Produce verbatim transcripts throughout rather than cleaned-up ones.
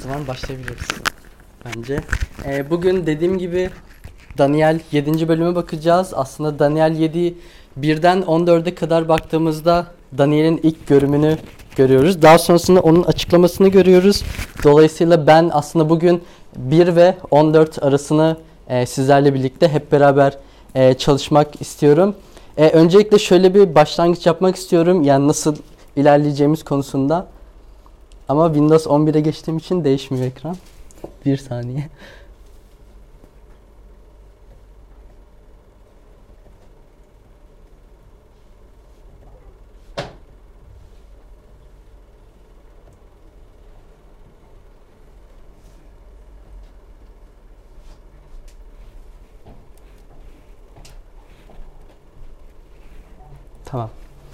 zaman başlayabiliriz bence. Ee, bugün dediğim gibi Daniel yedinci bölüme bakacağız. Aslında Daniel yedi birden on dörde kadar baktığımızda Daniel'in ilk görümünü görüyoruz. Daha sonrasında onun açıklamasını görüyoruz. Dolayısıyla ben aslında bugün bir ve on dört arasını e, sizlerle birlikte hep beraber e, çalışmak istiyorum. E, öncelikle şöyle bir başlangıç yapmak istiyorum. Yani nasıl ilerleyeceğimiz konusunda. Ama Windows on bire geçtiğim için değişmiyor ekran. Bir saniye. Tamam.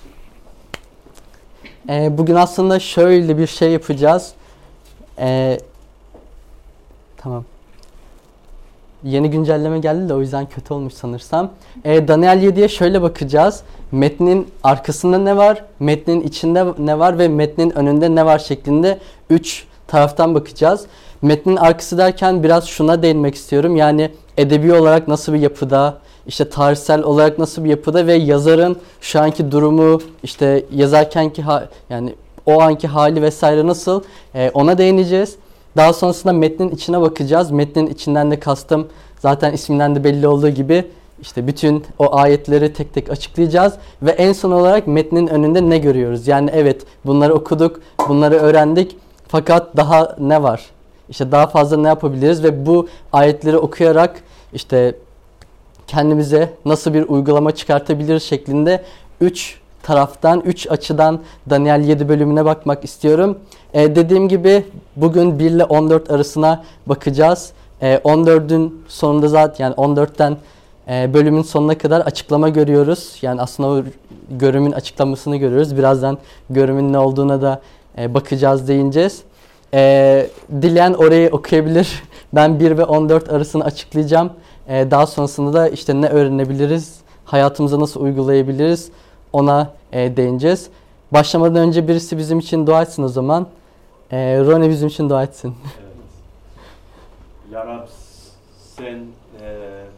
Ee, bugün aslında şöyle bir şey yapacağız. Ee, tamam. Yeni güncelleme geldi de o yüzden kötü olmuş sanırsam. Ee, Daniel yediye şöyle bakacağız. Metnin arkasında ne var, metnin içinde ne var ve metnin önünde ne var şeklinde üç taraftan bakacağız. Metnin arkası derken biraz şuna değinmek istiyorum. Yani edebi olarak nasıl bir yapıda, işte tarihsel olarak nasıl bir yapıda ve yazarın şu anki durumu, işte yazarkenki ha, yani o anki hali vesaire nasıl, e, ona değineceğiz. Daha sonrasında metnin içine bakacağız. Metnin içinden de kastım zaten isminden de belli olduğu gibi işte bütün o ayetleri tek tek açıklayacağız ve en son olarak metnin önünde ne görüyoruz? Yani evet, bunları okuduk, bunları öğrendik fakat daha ne var? İşte daha fazla ne yapabiliriz ve bu ayetleri okuyarak işte kendimize nasıl bir uygulama çıkartabiliriz şeklinde üç taraftan, üç açıdan Daniel yedi bölümüne bakmak istiyorum. Ee, dediğim gibi bugün bir ile on dört arasına bakacağız. Ee, on dördün sonunda zaten yani on dörtten e, bölümün sonuna kadar açıklama görüyoruz. Yani aslında o görümün açıklamasını görüyoruz. Birazdan görümün ne olduğuna da e, bakacağız, değineceğiz. Ee, dileyen orayı okuyabilir. Ben bir ve on dört arasını açıklayacağım. Ee, daha sonrasında da işte ne öğrenebiliriz, hayatımıza nasıl uygulayabiliriz ona e, değineceğiz. Başlamadan önce birisi bizim için dua etsin o zaman. Ee, Rone bizim için dua etsin. Evet. Ya Rab, sen e,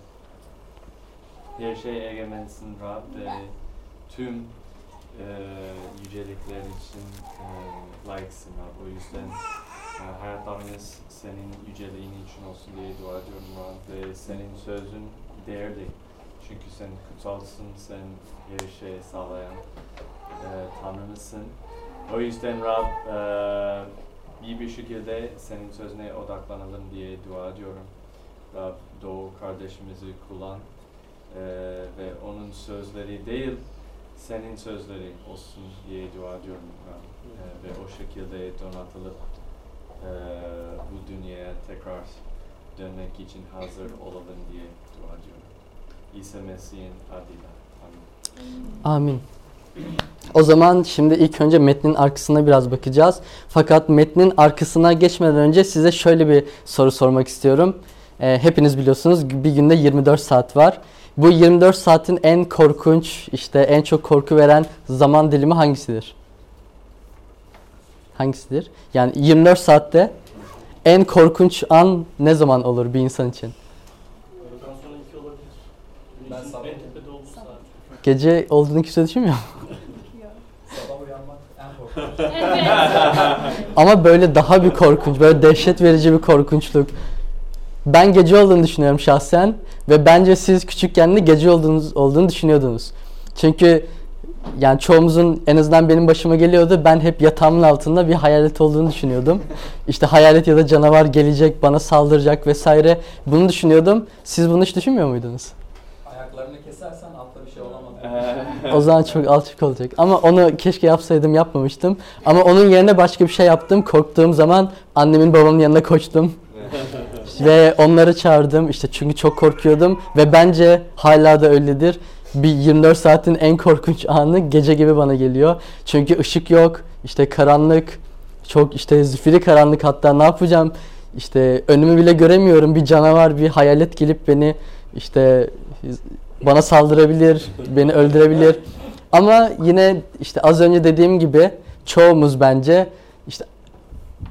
her şey egemensin Rab ve tüm e, yücelikler için e, layıksın Rab. O yüzden e, hayatlarımız senin yüceliğin için olsun diye dua ediyorum Rab ve senin sözün değerli. Çünkü sen kutsalsın, sen her şeyi sağlayan e, Tanrımızsın. O yüzden Rab e, iyi bir şekilde senin sözüne odaklanalım diye dua ediyorum. Rab, Doğu kardeşimizi kullan e, ve onun sözleri değil, senin sözleri olsun diye dua ediyorum Rab. E, ve o şekilde donatılıp e, bu dünyaya tekrar dönmek için hazır olalım diye dua ediyorum. İsa Mesih'in adıyla. Amin. Amin. O zaman şimdi ilk önce metnin arkasına biraz bakacağız. Fakat metnin arkasına geçmeden önce size şöyle bir soru sormak istiyorum. Ee, hepiniz biliyorsunuz bir günde yirmi dört saat var. Bu yirmi dört saatin en korkunç, işte en çok korku veren zaman dilimi hangisidir? Hangisidir? Yani yirmi dört saatte en korkunç an ne zaman olur bir insan için? Ben sabah tepede olduğu saat. Gece olduğunu kimse düşünmüyor mu? Sabah uyanmak en korkunç. Ama böyle daha bir korkunç, böyle dehşet verici bir korkunçluk. Ben gece olduğunu düşünüyorum şahsen ve bence siz küçükken de gece olduğunuz, olduğunu düşünüyordunuz. Çünkü yani çoğumuzun, en azından benim başıma geliyordu, ben hep yatağımın altında bir hayalet olduğunu düşünüyordum. İşte hayalet ya da canavar gelecek, bana saldıracak vesaire, bunu düşünüyordum. Siz bunu hiç düşünmüyor muydunuz? Ayaklarını kesersen altta bir şey olamadı. O zaman çok alçak olacak. Ama onu keşke yapsaydım, yapmamıştım. Ama onun yerine başka bir şey yaptım. Korktuğum zaman annemin babamın yanına koştum. Ve onları çağırdım. İşte çünkü çok korkuyordum. Ve bence hala da öyledir. Bir yirmi dört saatin en korkunç anı gece gibi bana geliyor. Çünkü ışık yok. İşte karanlık. Çok işte zifiri karanlık, hatta ne yapacağım? İşte önümü bile göremiyorum. Bir canavar, bir hayalet gelip beni işte bana saldırabilir, beni öldürebilir. Ama yine işte az önce dediğim gibi çoğumuz bence işte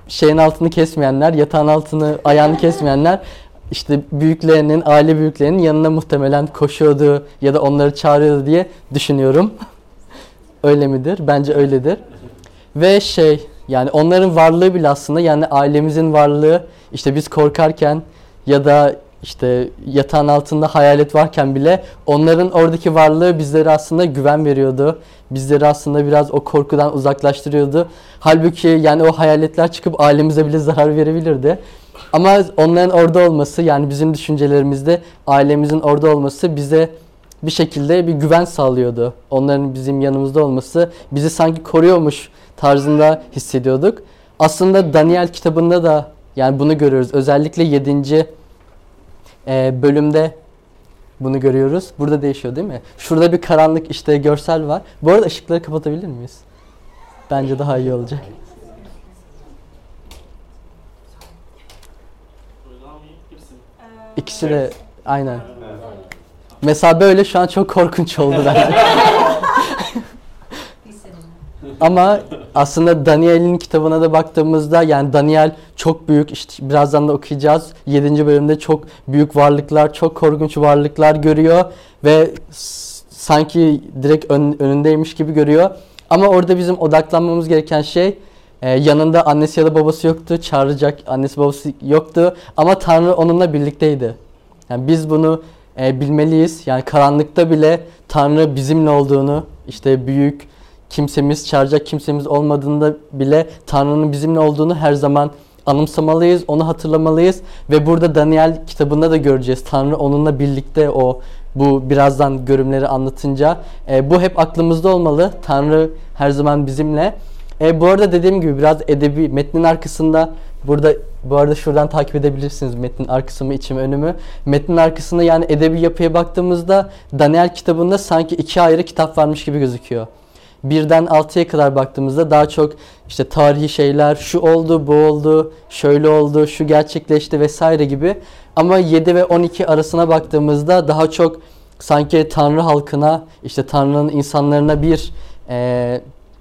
şeyin altını kesmeyenler, yatağın altını, ayağını kesmeyenler işte büyüklerinin, aile büyüklerinin yanına muhtemelen koşuyordu ya da onları çağırıyordu diye düşünüyorum. Öyle midir? Bence öyledir. Ve şey, yani onların varlığı bile aslında, yani ailemizin varlığı, işte biz korkarken ya da işte yatağın altında hayalet varken bile onların oradaki varlığı bizlere aslında güven veriyordu. Bizleri aslında biraz o korkudan uzaklaştırıyordu. Halbuki yani o hayaletler çıkıp ailemize bile zarar verebilirdi. Ama onların orada olması, yani bizim düşüncelerimizde ailemizin orada olması bize bir şekilde bir güven sağlıyordu. Onların bizim yanımızda olması bizi sanki koruyormuş tarzında hissediyorduk. Aslında Daniel kitabında da yani bunu görüyoruz. Özellikle yedinci e, bölümde bunu görüyoruz. Burada değişiyor değil mi? Şurada bir karanlık işte görsel var. Bu arada ışıkları kapatabilir miyiz? Bence daha iyi olacak. İkisi de aynen. Mesela böyle şu an çok korkunç oldu bence. Ama aslında Daniel'in kitabına da baktığımızda yani Daniel çok büyük, işte birazdan da okuyacağız. yedinci bölümde çok büyük varlıklar, çok korkunç varlıklar görüyor ve sanki direkt ön, önündeymiş gibi görüyor. Ama orada bizim odaklanmamız gereken şey e, yanında annesi ya da babası yoktu. Çağıracak annesi babası yoktu ama Tanrı onunla birlikteydi. Yani biz bunu e, bilmeliyiz. Yani karanlıkta bile Tanrı bizimle olduğunu, işte büyük kimsemiz, çağıracak kimsemiz olmadığında bile Tanrı'nın bizimle olduğunu her zaman anımsamalıyız, onu hatırlamalıyız. Ve burada Daniel kitabında da göreceğiz. Tanrı onunla birlikte, o bu birazdan görümleri anlatınca. E, bu hep aklımızda olmalı. Tanrı her zaman bizimle. E, bu arada dediğim gibi biraz edebi, metnin arkasında, burada bu arada şuradan takip edebilirsiniz metnin arkasını, içimi, önümü. Metnin arkasında yani edebi yapıya baktığımızda Daniel kitabında sanki iki ayrı kitap varmış gibi gözüküyor. Birden altıya kadar baktığımızda daha çok işte tarihi şeyler, şu oldu, bu oldu, şöyle oldu, şu gerçekleşti vesaire gibi. Ama yedi ve on iki arasına baktığımızda daha çok sanki Tanrı halkına, işte Tanrı'nın insanlarına bir e,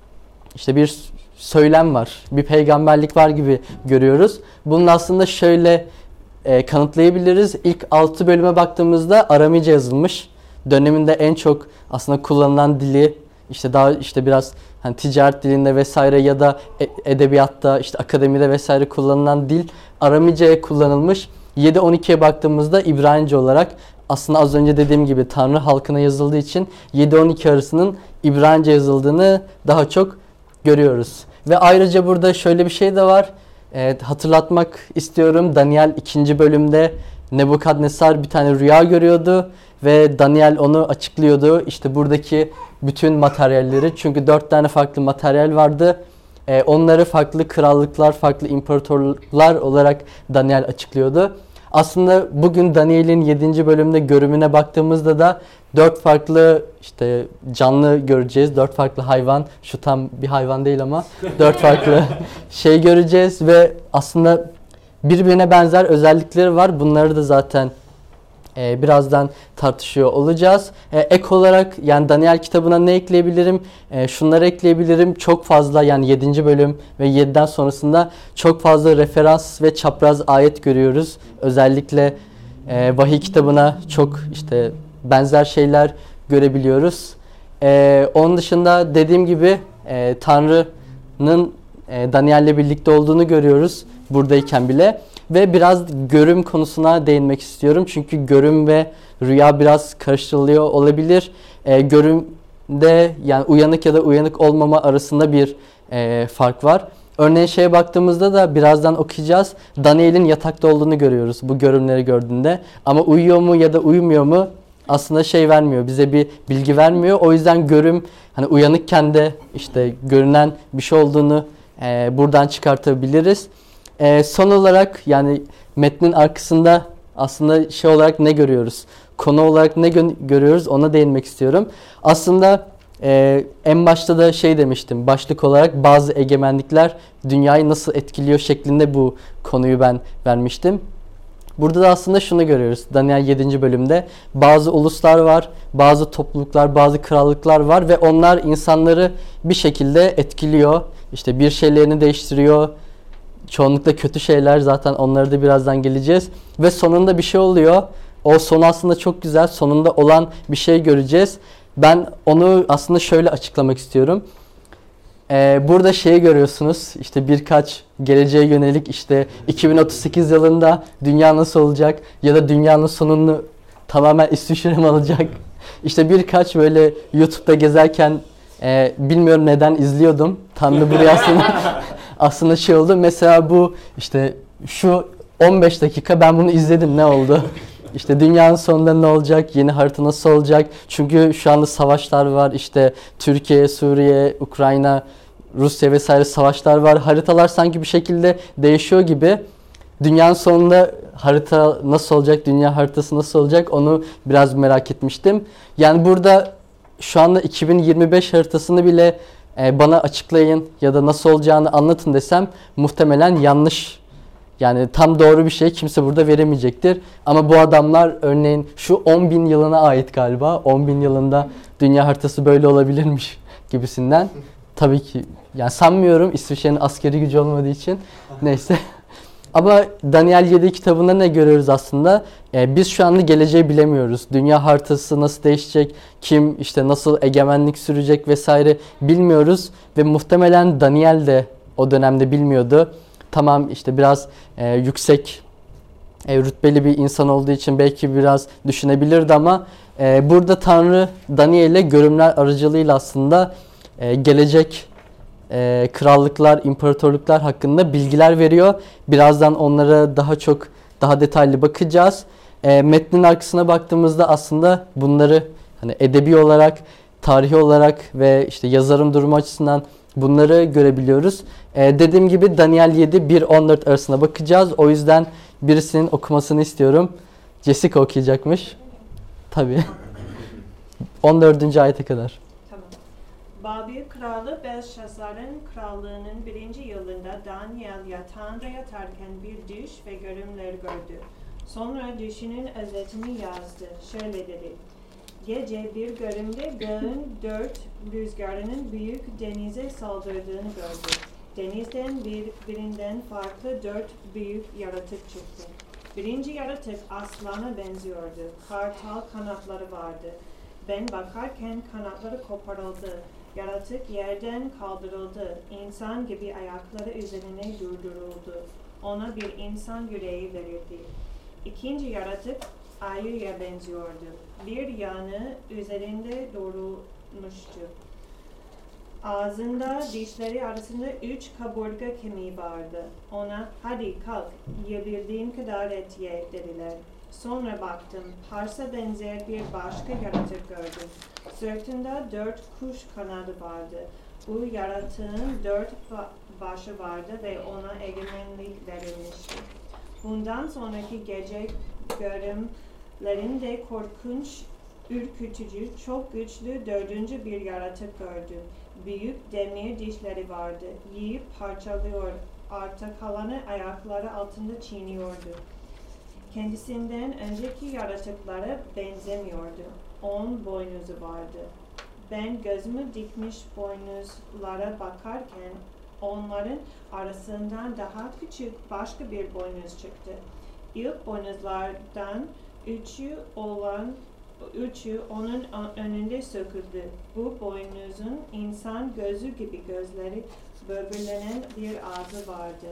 işte bir söylem var, bir peygamberlik var gibi görüyoruz. Bunun aslında şöyle e, kanıtlayabiliriz. İlk altı bölüme baktığımızda Aramice yazılmış. Döneminde en çok aslında kullanılan dili, İşte daha işte biraz hani ticaret dilinde vesaire ya da edebiyatta, işte akademide vesaire kullanılan dil Aramice kullanılmış. yedi on ikiye baktığımızda İbranice olarak, aslında az önce dediğim gibi Tanrı halkına yazıldığı için yedi on iki arasının İbranice yazıldığını daha çok görüyoruz. Ve ayrıca burada şöyle bir şey de var. Evet, hatırlatmak istiyorum. Daniel ikinci bölümde Nebukadnesar bir tane rüya görüyordu ve Daniel onu açıklıyordu. İşte buradaki bütün materyalleri, çünkü dört tane farklı materyal vardı. Ee, onları farklı krallıklar, farklı imparatorluklar olarak Daniel açıklıyordu. Aslında bugün Daniel'in yedinci bölümde görümüne baktığımızda da dört farklı işte canlı göreceğiz. Dört farklı hayvan. Şu tam bir hayvan değil ama dört farklı şey göreceğiz ve aslında birbirine benzer özellikleri var. Bunları da zaten Ee, birazdan tartışıyor olacağız. Ee, ek olarak yani Daniel kitabına ne ekleyebilirim? Ee, şunları ekleyebilirim. Çok fazla, yani yedinci bölüm ve yediden sonrasında çok fazla referans ve çapraz ayet görüyoruz. Özellikle e, vahiy kitabına çok işte benzer şeyler görebiliyoruz. Ee, onun dışında dediğim gibi e, Tanrı'nın e, Daniel'le birlikte olduğunu görüyoruz buradayken bile. Ve biraz görüm konusuna değinmek istiyorum. Çünkü görüm ve rüya biraz karıştırılıyor olabilir. E, görümde yani uyanık ya da uyanık olmama arasında bir e, fark var. Örneğin şeye baktığımızda da birazdan okuyacağız. Daniel'in yatakta olduğunu görüyoruz bu görümleri gördüğünde. Ama uyuyor mu ya da uyumuyor mu aslında şey vermiyor, bize bir bilgi vermiyor. O yüzden görüm hani uyanıkken de işte görünen bir şey olduğunu e, buradan çıkartabiliriz. Ee, son olarak yani metnin arkasında aslında şey olarak ne görüyoruz? Konu olarak ne gö- görüyoruz? Ona değinmek istiyorum. Aslında e, en başta da şey demiştim. Başlık olarak bazı egemenlikler dünyayı nasıl etkiliyor şeklinde bu konuyu ben vermiştim. Burada da aslında şunu görüyoruz. Daniel yedinci bölümde bazı uluslar var, bazı topluluklar, bazı krallıklar var ve onlar insanları bir şekilde etkiliyor. İşte bir şeylerini değiştiriyor. çoğunlukla kötü şeyler, zaten onlara da birazdan geleceğiz. Ve sonunda bir şey oluyor. O son aslında çok güzel. Sonunda olan bir şey göreceğiz. Ben onu aslında şöyle açıklamak istiyorum. Ee, burada şeyi görüyorsunuz, işte birkaç geleceğe yönelik, işte iki bin otuz sekiz yılında dünya nasıl olacak ya da dünyanın sonunu tamamen İsviçre mi alacak? İşte birkaç böyle YouTube'da gezerken e, bilmiyorum neden izliyordum. Tam da buraya aslında, aslında şey oldu. Mesela bu işte şu on beş dakika ben bunu izledim, ne oldu? İşte dünyanın sonunda ne olacak? Yeni harita nasıl olacak? Çünkü şu anda savaşlar var. İşte Türkiye, Suriye, Ukrayna, Rusya vesaire savaşlar var. Haritalar sanki bir şekilde değişiyor gibi. Dünyanın sonunda harita nasıl olacak? Dünya haritası nasıl olacak? Onu biraz merak etmiştim. Yani burada şu anda iki bin yirmi beş haritasını bile e, bana açıklayın ya da nasıl olacağını anlatın desem muhtemelen yanlış. Yani tam doğru bir şey kimse burada veremeyecektir. Ama bu adamlar örneğin şu on bin yılına ait galiba. on bin yılında dünya haritası böyle olabilirmiş gibisinden. Tabii ki yani sanmıyorum, İsviçre'nin askeri gücü olmadığı için. Neyse. Ama Daniel yedi kitabında ne görüyoruz aslında? Ee, biz şu anda geleceği bilemiyoruz. Dünya haritası nasıl değişecek, kim işte nasıl egemenlik sürecek vesaire bilmiyoruz. Ve muhtemelen Daniel de o dönemde bilmiyordu. Tamam işte biraz e, yüksek e, rütbeli bir insan olduğu için belki biraz düşünebilirdi ama e, burada Tanrı Daniel'e görümler aracılığıyla aslında e, gelecek e, krallıklar, imparatorluklar hakkında bilgiler veriyor. Birazdan onlara daha çok, daha detaylı bakacağız. E, metnin arkasına baktığımızda aslında bunları hani edebi olarak, tarihi olarak ve işte yazarım durumu açısından bunları görebiliyoruz. Ee, dediğim gibi Daniel yedi bir on dört arasına bakacağız. O yüzden birisinin okumasını istiyorum. Jessica okuyacakmış. Tabii. on dördüncü ayete kadar. Tamam. Babil kralı Belşazzar'ın krallığının birinci yılında Daniel yatağında yatarken bir düş ve görümler gördü. Sonra düşünün özetini yazdı. Şöyle dedi. Gece bir görümde göğün dört rüzgarının büyük denize saldırdığını gördü. Denizden bir, birinden farklı dört büyük yaratık çıktı. Birinci yaratık aslana benziyordu. Kartal kanatları vardı. Ben bakarken kanatları koparıldı. Yaratık yerden kaldırıldı. İnsan gibi ayakları üzerine durduruldu. Ona bir insan yüreği verildi. İkinci yaratık ayıya benziyordu. Bir yanı üzerinde doğrulmuştu. Ağzında dişleri arasında üç kaburga kemiği vardı. Ona hadi kalk, yiyebildiğin kadar et ye dediler. Sonra baktım, Pars'a benzer bir başka yaratık gördüm. Sırtında dört kuş kanadı vardı. Bu yaratığın dört ba- başı vardı ve ona egemenlik verilmişti. Bundan sonraki gece görümlerinde korkunç, ürkütücü, çok güçlü dördüncü bir yaratık gördüm. Büyük demir dişleri vardı. Yiyip parçalıyor, arta kalanı ayakları altında çiğniyordu. Kendisinden önceki yaratıklara benzemiyordu. On boynuzu vardı. Ben gözümü dikmiş boynuzlara bakarken onların arasından daha küçük başka bir boynuz çıktı. İlk boynuzlardan üçü olan Üçü onun önünde söküldü. Bu boynuzun insan gözü gibi gözleri, böbürlenen bir ağzı vardı.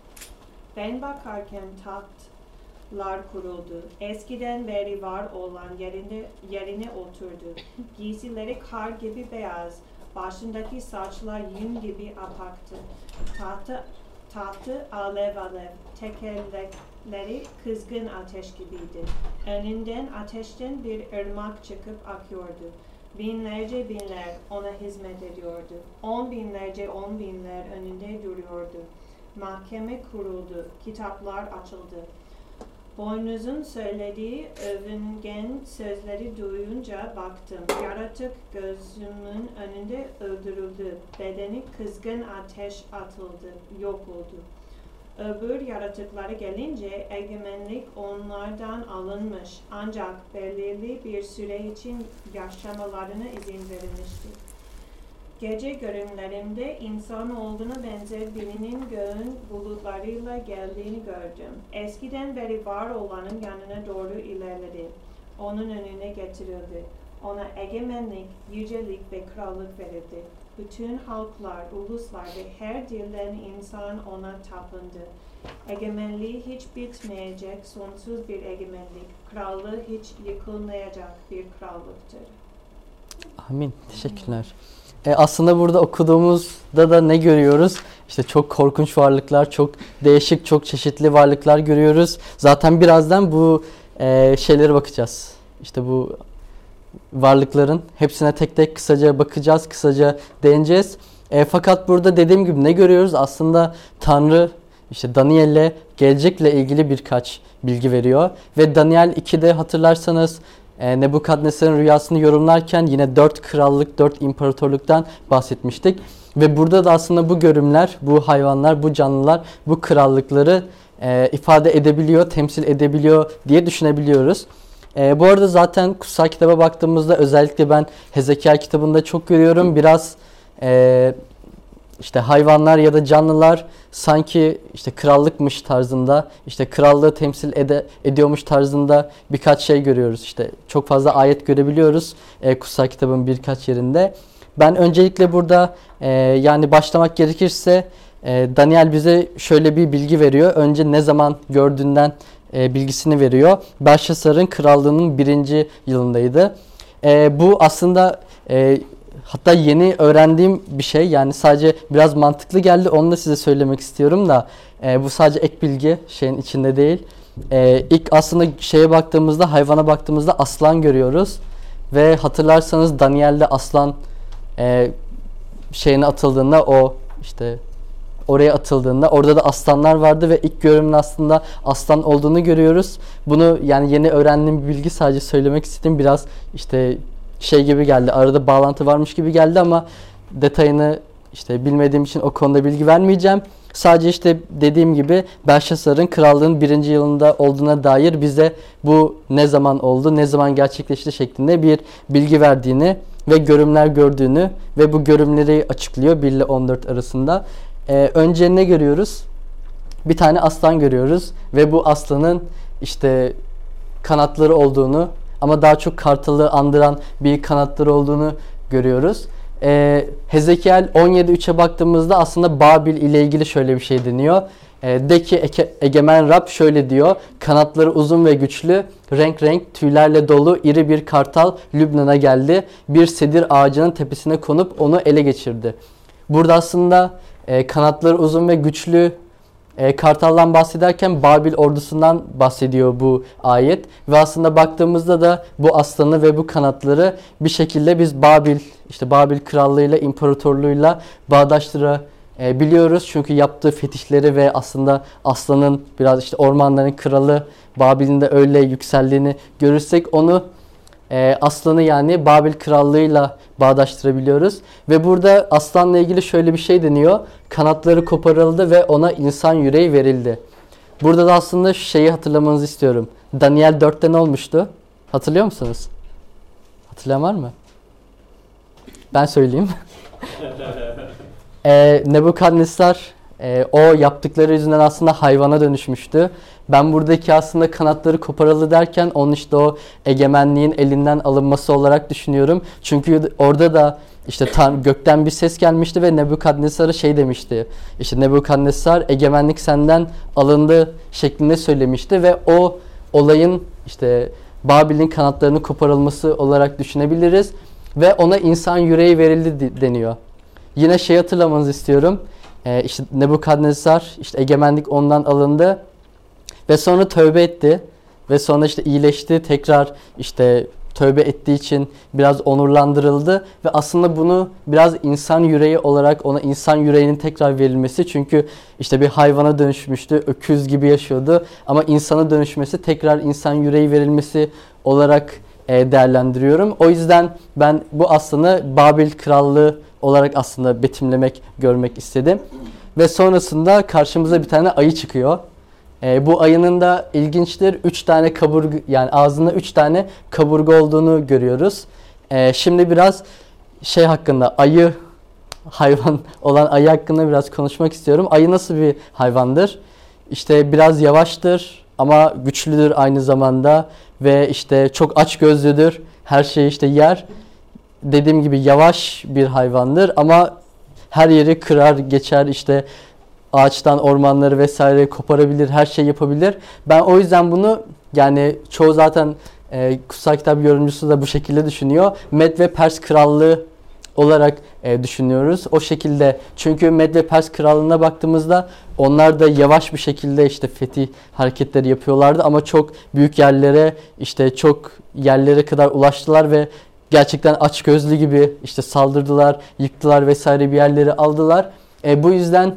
Ben bakarken tahtlar kuruldu. Eskiden beri var olan yerinde, yerine oturdu. Giysileri kar gibi beyaz, başındaki saçlar yün gibi apaktı. Tahtı, tahtı alev alev, tekerlekleri kızgın ateş gibiydi. Önünden ateşten bir ırmak çıkıp akıyordu. Binlerce binler ona hizmet ediyordu. On binlerce on binler önünde duruyordu. Mahkeme kuruldu, kitaplar açıldı. Boynuzun söylediği övüngen sözleri duyunca baktım. Yaratık gözümün önünde öldürüldü. Bedeni kızgın ateş atıldı, yok oldu. Öbür yaratıklara gelince egemenlik onlardan alınmış, ancak belirli bir süre için yaşamalarına izin verilmişti. Gece görünlerimde insan olduğuna benzer birinin göğün bulutlarıyla geldiğini gördüm. Eskiden beri var olanın yanına doğru ilerledi. Onun önüne getirildi. Ona egemenlik, yücelik ve krallık verildi. Bütün halklar, uluslar ve her dilden insan ona tapındı. Egemenliği hiç bitmeyecek sonsuz bir egemenlik. Krallığı hiç yıkılmayacak bir krallıktır. Amin. Teşekkürler. E, aslında burada okuduğumuzda da ne görüyoruz? İşte çok korkunç varlıklar, çok değişik, çok çeşitli varlıklar görüyoruz. Zaten birazdan bu e, şeylere bakacağız. İşte bu varlıkların hepsine tek tek kısaca bakacağız, kısaca değineceğiz. E, fakat burada dediğim gibi ne görüyoruz? Aslında Tanrı işte Daniel'le gelecekle ilgili birkaç bilgi veriyor. Ve Daniel iki'de hatırlarsanız e, Nebukadnesar'ın rüyasını yorumlarken yine dört krallık, dört imparatorluktan bahsetmiştik. Ve burada da aslında bu görümler, bu hayvanlar, bu canlılar, bu krallıkları e, ifade edebiliyor, temsil edebiliyor diye düşünebiliyoruz. E, bu arada zaten kutsal kitaba baktığımızda özellikle ben Hezekiel kitabında çok görüyorum. Biraz e, işte hayvanlar ya da canlılar sanki işte krallıkmış tarzında, işte krallığı temsil ede, ediyormuş tarzında birkaç şey görüyoruz. İşte çok fazla ayet görebiliyoruz e, kutsal kitabın birkaç yerinde. Ben öncelikle burada e, yani başlamak gerekirse e, Daniel bize şöyle bir bilgi veriyor. Önce ne zaman gördüğünden e, bilgisini veriyor. Belşassar'ın krallığının birinci yılındaydı. E, bu aslında e, hatta yeni öğrendiğim bir şey, yani sadece biraz mantıklı geldi, onu da size söylemek istiyorum da e, bu sadece ek bilgi, şeyin içinde değil. E, ilk aslında şeye baktığımızda, hayvana baktığımızda aslan görüyoruz ve hatırlarsanız Daniel'de aslan e, şeyine atıldığında, o işte oraya atıldığında orada da aslanlar vardı ve ilk görümün aslında aslan olduğunu görüyoruz. Bunu yani yeni öğrendiğim bir bilgi, sadece söylemek istedim. Biraz işte şey gibi geldi, arada bağlantı varmış gibi geldi ama detayını işte bilmediğim için o konuda bilgi vermeyeceğim. Sadece işte dediğim gibi Belşassar'ın krallığın birinci yılında olduğuna dair bize bu ne zaman oldu, ne zaman gerçekleşti şeklinde bir bilgi verdiğini ve görümler gördüğünü ve bu görümleri açıklıyor bir ile on dört arasında. Ee, önce ne görüyoruz? Bir tane aslan görüyoruz ve bu aslanın işte kanatları olduğunu, ama daha çok kartalı andıran bir kanatları olduğunu görüyoruz. Ee, Hezekiel on yedi üçe baktığımızda aslında Babil ile ilgili şöyle bir şey deniyor. Ee, de ki eke, egemen Rab şöyle diyor: kanatları uzun ve güçlü, renk renk tüylerle dolu iri bir kartal Lübnan'a geldi. Bir sedir ağacının tepesine konup onu ele geçirdi. Burada aslında e, kanatları uzun ve güçlü E, Kartal'dan bahsederken Babil ordusundan bahsediyor bu ayet. Ve aslında baktığımızda da bu aslanı ve bu kanatları bir şekilde biz Babil, işte Babil krallığıyla, imparatorluğuyla bağdaştırabiliyoruz. Çünkü yaptığı fetişleri ve aslında aslanın biraz işte ormanların kralı, Babil'in de öyle yükseldiğini görürsek onu e, aslanı yani Babil krallığıyla bağdaştırabiliyoruz. Ve burada aslanla ilgili şöyle bir şey deniyor: kanatları koparıldı ve ona insan yüreği verildi. Burada da aslında şu şeyi hatırlamanızı istiyorum. Daniel dörtte ne olmuştu? Hatırlıyor musunuz? Hatırlayan var mı? Ben söyleyeyim. e, Nebukadnesar e, o yaptıkları yüzünden aslında hayvana dönüşmüştü. Ben buradaki aslında kanatları koparıldı derken onun işte o egemenliğin elinden alınması olarak düşünüyorum. Çünkü orada da işte tam gökten bir ses gelmişti ve Nebukadnesar'a şey demişti. İşte Nebukadnesar, egemenlik senden alındı şeklinde söylemişti ve o olayın işte Babil'in kanatlarının koparılması olarak düşünebiliriz ve ona insan yüreği verildi deniyor. Yine şey hatırlamanızı istiyorum. Ee, işte Nebukadnesar, işte egemenlik ondan alındı ve sonra tövbe etti ve sonra işte iyileşti, tekrar işte tövbe ettiği için biraz onurlandırıldı ve aslında bunu biraz insan yüreği olarak, ona insan yüreğinin tekrar verilmesi, çünkü işte bir hayvana dönüşmüştü, öküz gibi yaşıyordu ama insana dönüşmesi, tekrar insan yüreği verilmesi olarak e, değerlendiriyorum. O yüzden ben bu aslanı Babil krallığı olarak aslında betimlemek, görmek istedim. Ve sonrasında karşımıza bir tane ayı çıkıyor. E, bu ayının da ilginçtir. Üç tane kaburga, yani ağzında üç tane kaburga olduğunu görüyoruz. E, şimdi biraz şey hakkında, ayı hayvan olan ayı hakkında biraz konuşmak istiyorum. Ayı nasıl bir hayvandır? İşte biraz yavaştır ama güçlüdür aynı zamanda ve işte çok açgözlüdür. Her şeyi işte yer. Dediğim gibi yavaş bir hayvandır ama her yeri kırar, geçer, işte ağaçtan ormanları vesaire koparabilir, her şey yapabilir. Ben o yüzden bunu, yani çoğu zaten e, kutsal kitap yorumcusu da bu şekilde düşünüyor. Med ve Pers krallığı olarak e, düşünüyoruz. O şekilde, çünkü Med ve Pers krallığına baktığımızda onlar da yavaş bir şekilde işte fetih hareketleri yapıyorlardı ama çok büyük yerlere, işte çok yerlere kadar ulaştılar ve gerçekten açgözlü gibi işte saldırdılar, yıktılar vesaire, bir yerleri aldılar. E, bu yüzden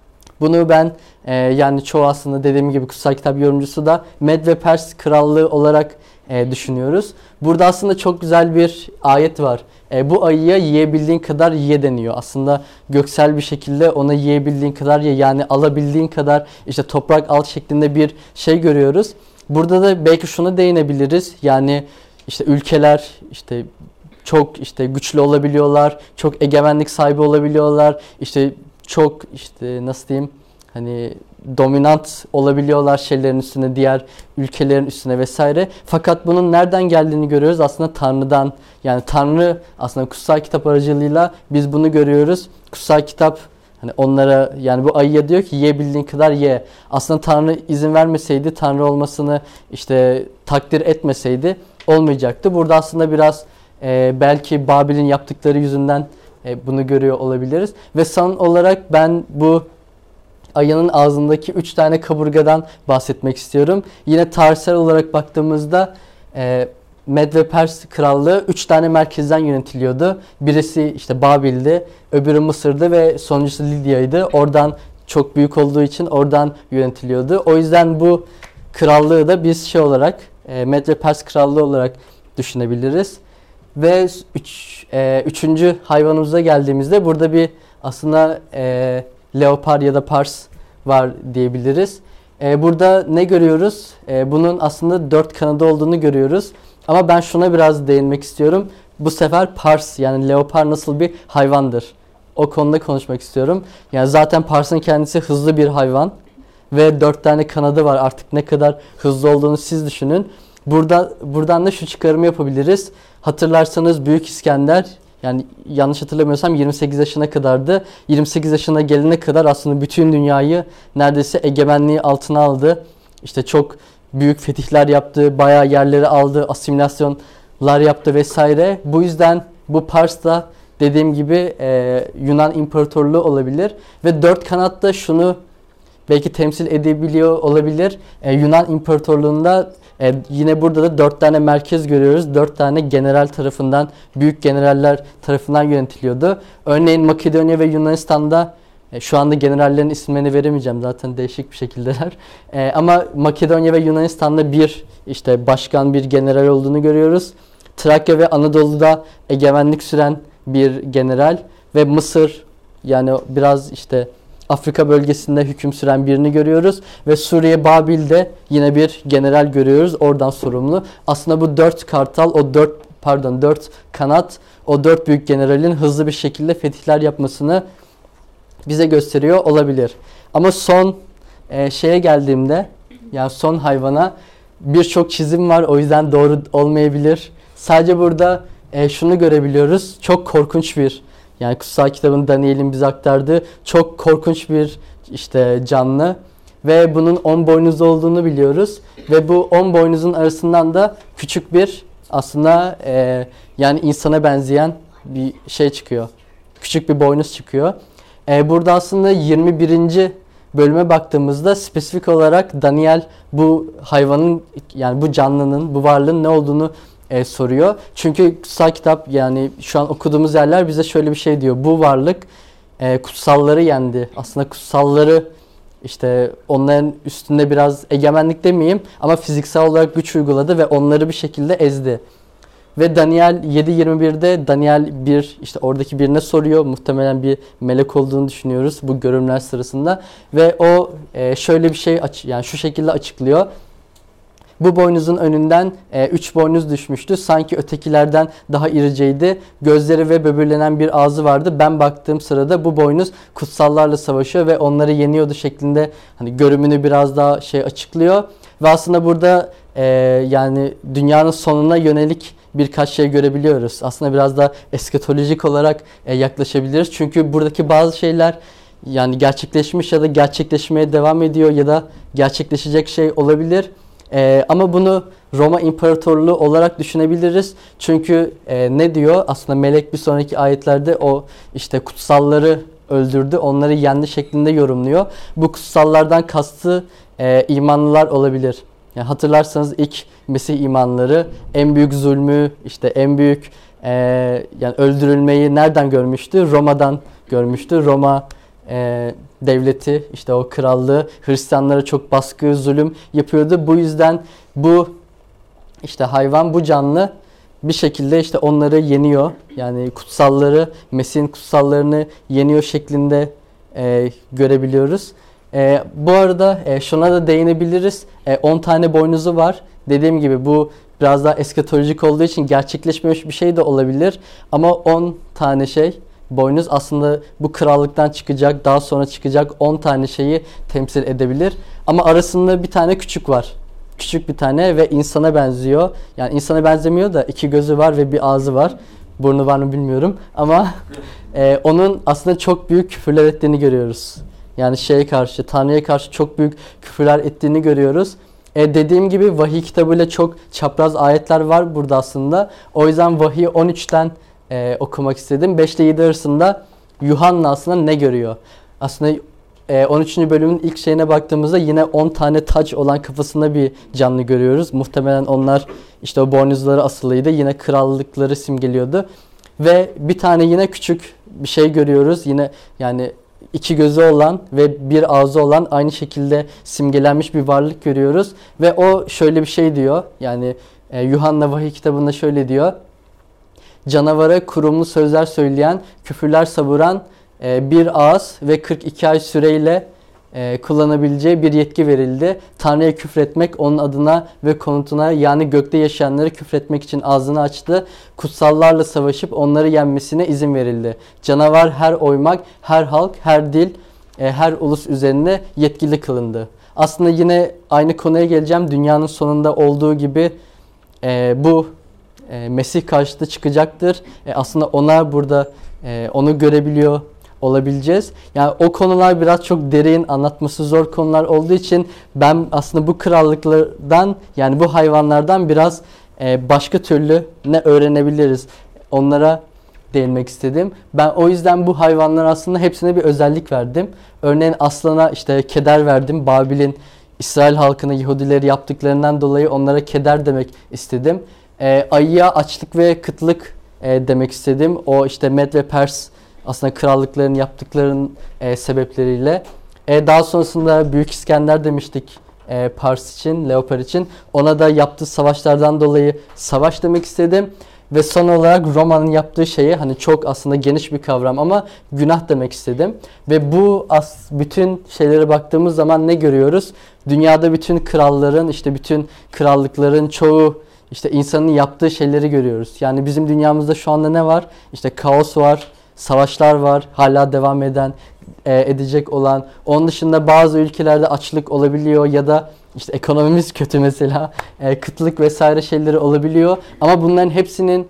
bunu ben e, yani çoğu aslında dediğim gibi kutsal kitap yorumcusu da Med ve Pers krallığı olarak e, düşünüyoruz. Burada aslında çok güzel bir ayet var. E, bu ayıya yiyebildiğin kadar ye deniyor. Aslında göksel bir şekilde ona yiyebildiğin kadar ye, yani alabildiğin kadar işte toprak al şeklinde bir şey görüyoruz. Burada da belki şuna değinebiliriz. Yani işte ülkeler işte çok işte güçlü olabiliyorlar, çok egemenlik sahibi olabiliyorlar, işte çok işte nasıl diyeyim, hani dominant olabiliyorlar şeylerin üstüne, diğer ülkelerin üstüne vesaire. Fakat bunun nereden geldiğini görüyoruz, aslında Tanrı'dan. Yani Tanrı aslında kutsal kitap aracılığıyla biz bunu görüyoruz. Kutsal kitap hani onlara, yani bu ayıya diyor ki yiyebildiğin kadar ye. Aslında Tanrı izin vermeseydi, Tanrı olmasını işte takdir etmeseydi olmayacaktı. Burada aslında biraz e, belki Babil'in yaptıkları yüzünden e, bunu görüyor olabiliriz. Ve son olarak ben bu ayının ağzındaki üç tane kaburgadan bahsetmek istiyorum. Yine tarihsel olarak baktığımızda e, Med ve Pers krallığı üç tane merkezden yönetiliyordu. Birisi işte Babil'di, öbürü Mısır'dı ve sonuncusu Lidya'ydı. Oradan, çok büyük olduğu için oradan yönetiliyordu. O yüzden bu krallığı da biz şey olarak e, Med ve Pers krallığı olarak düşünebiliriz. Ve üç, e, üçüncü hayvanımıza geldiğimizde burada bir aslında e, leopar ya da pars var diyebiliriz. E, burada ne görüyoruz? E, bunun aslında dört kanadı olduğunu görüyoruz. Ama ben şuna biraz değinmek istiyorum. Bu sefer pars, yani leopar nasıl bir hayvandır? O konuda konuşmak istiyorum. Yani zaten parsın kendisi hızlı bir hayvan ve dört tane kanadı var. Artık ne kadar hızlı olduğunu siz düşünün. Burada buradan da şu çıkarımı yapabiliriz. Hatırlarsanız Büyük İskender, yani yanlış hatırlamıyorsam yirmi sekiz yaşına kadardı. yirmi sekiz yaşına gelene kadar aslında bütün dünyayı neredeyse egemenliği altına aldı. İşte çok büyük fetihler yaptı, bayağı yerleri aldı, asimilasyonlar yaptı vesaire. Bu yüzden bu Pars da dediğim gibi e, Yunan İmparatorluğu olabilir. Ve dört kanat da şunu belki temsil edebiliyor olabilir. E, Yunan İmparatorluğu'nda e, yine burada da dört tane merkez görüyoruz. Dört tane general tarafından, büyük generaller tarafından yönetiliyordu. Örneğin Makedonya ve Yunanistan'da e, şu anda generallerin isimlerini veremeyeceğim, zaten değişik bir şekildeler. E, ama Makedonya ve Yunanistan'da bir işte başkan, bir general olduğunu görüyoruz. Trakya ve Anadolu'da egemenlik süren bir general ve Mısır, yani biraz işte Afrika bölgesinde hüküm süren birini görüyoruz ve Suriye, Babil'de yine bir general görüyoruz, oradan sorumlu. Aslında bu dört kartal, o dört pardon dört kanat, o dört büyük generalin hızlı bir şekilde fetihler yapmasını bize gösteriyor olabilir. Ama son e, şeye geldiğimde, yani son hayvana birçok çizim var, o yüzden doğru olmayabilir. Sadece burada e, şunu görebiliyoruz, çok korkunç bir, yani kutsal kitabın Daniel'in bize aktardığı çok korkunç bir işte canlı ve bunun on boynuzlu olduğunu biliyoruz ve bu on boynuzun arasından da küçük bir aslında e, yani insana benzeyen bir şey çıkıyor. Küçük bir boynuz çıkıyor. E, burada aslında yirmi birinci bölüme baktığımızda spesifik olarak Daniel bu hayvanın, yani bu canlının, bu varlığın ne olduğunu E, soruyor. Çünkü kutsal kitap, yani şu an okuduğumuz yerler bize şöyle bir şey diyor. Bu varlık e, kutsalları yendi. Aslında kutsalları işte onların üstünde biraz egemenlik demeyeyim ama fiziksel olarak güç uyguladı ve onları bir şekilde ezdi. Ve Daniel yedi yirmi birde Daniel bir işte oradaki birine soruyor. Muhtemelen bir melek olduğunu düşünüyoruz bu görümler sırasında ve o e, şöyle bir şey aç yani şu şekilde açıklıyor. Bu boynuzun önünden e, üç boynuz düşmüştü. Sanki ötekilerden daha iriceydi. Gözleri ve böbürlenen bir ağzı vardı. Ben baktığım sırada bu boynuz kutsallarla savaşıyor ve onları yeniyordu şeklinde hani görümünü biraz daha şey açıklıyor. Ve aslında burada e, yani dünyanın sonuna yönelik birkaç şey görebiliyoruz. Aslında biraz da eskatolojik olarak e, yaklaşabiliriz. Çünkü buradaki bazı şeyler yani gerçekleşmiş ya da gerçekleşmeye devam ediyor ya da gerçekleşecek şey olabilir. E, ama bunu Roma İmparatorluğu olarak düşünebiliriz. Çünkü e, ne diyor? Aslında melek bir sonraki ayetlerde o işte kutsalları öldürdü, onları yendi şeklinde yorumluyor. Bu kutsallardan kastı e, imanlılar olabilir. Yani hatırlarsanız ilk Mesih imanları en büyük zulmü, işte en büyük e, yani öldürülmeyi nereden görmüştü? Roma'dan görmüştü. Roma e, devleti, işte o krallığı Hristiyanlara çok baskı, zulüm yapıyordu. Bu yüzden bu işte hayvan, bu canlı bir şekilde işte onları yeniyor. Yani kutsalları, Mesih'in kutsallarını yeniyor şeklinde e, görebiliyoruz. E, bu arada e, şuna da değinebiliriz. on tane boynuzu var. Dediğim gibi bu biraz daha eskatolojik olduğu için gerçekleşmemiş bir şey de olabilir. Ama on tane şey, boynuz aslında bu krallıktan çıkacak, daha sonra çıkacak on tane şeyi temsil edebilir. Ama arasında bir tane küçük var. Küçük bir tane ve insana benziyor. Yani insana benzemiyor da iki gözü var ve bir ağzı var. Burnu var mı bilmiyorum. Ama e, onun aslında çok büyük küfürler ettiğini görüyoruz. Yani şeye karşı, Tanrı'ya karşı çok büyük küfürler ettiğini görüyoruz. E dediğim gibi vahiy kitabıyla çok çapraz ayetler var burada aslında. O yüzden vahiy on üçten e, okumak istedim. beş ile yedi arasında Yuhanna aslında ne görüyor? Aslında e, on üçüncü bölümün ilk şeyine baktığımızda yine on tane taç olan kafasında bir canlı görüyoruz. Muhtemelen onlar işte o boynuzları asılıydı. Yine krallıkları simgeliyordu. Ve bir tane yine küçük bir şey görüyoruz. Yine yani iki gözü olan ve bir ağzı olan aynı şekilde simgelenmiş bir varlık görüyoruz. Ve o şöyle bir şey diyor. Yani e, Yuhanna vahiy kitabında şöyle diyor. Canavara kurumlu sözler söyleyen, küfürler savuran e, bir ağız ve kırk iki ay süreyle e, kullanabileceği bir yetki verildi. Tanrı'ya küfretmek, onun adına ve konutuna yani gökte yaşayanları küfretmek için ağzını açtı. Kutsallarla savaşıp onları yenmesine izin verildi. Canavar her oymak, her halk, her dil, e, her ulus üzerine yetkili kılındı. Aslında yine aynı konuya geleceğim. Dünyanın sonunda olduğu gibi e, bu e, Mesih karşıtı çıkacaktır. E, aslında ona burada e, onu görebiliyor olabileceğiz. Yani o konular biraz çok derin, anlatması zor konular olduğu için ben aslında bu krallıklardan yani bu hayvanlardan biraz e, başka türlü ne öğrenebiliriz onlara değinmek istedim. Ben o yüzden bu hayvanlar aslında hepsine bir özellik verdim. Örneğin aslana işte keder verdim. Babil'in İsrail halkına Yahudileri yaptıklarından dolayı onlara keder demek istedim. E, ayıya açlık ve kıtlık e, demek istedim. O işte Med ve Pers aslında krallıkların yaptıklarının e, sebepleriyle. E, daha sonrasında Büyük İskender demiştik e, Pars için, Leopar için. Ona da yaptığı savaşlardan dolayı savaş demek istedim. Ve son olarak Roma'nın yaptığı şeyi hani çok aslında geniş bir kavram ama günah demek istedim. Ve bu as bütün şeylere baktığımız zaman ne görüyoruz? Dünyada bütün kralların, işte bütün krallıkların çoğu işte insanın yaptığı şeyleri görüyoruz. Yani bizim dünyamızda şu anda ne var? İşte kaos var. Savaşlar var, hala devam eden, e, edecek olan. Onun dışında bazı ülkelerde açlık olabiliyor ya da işte ekonomimiz kötü mesela, e, kıtlık vesaire şeyleri olabiliyor. Ama bunların hepsinin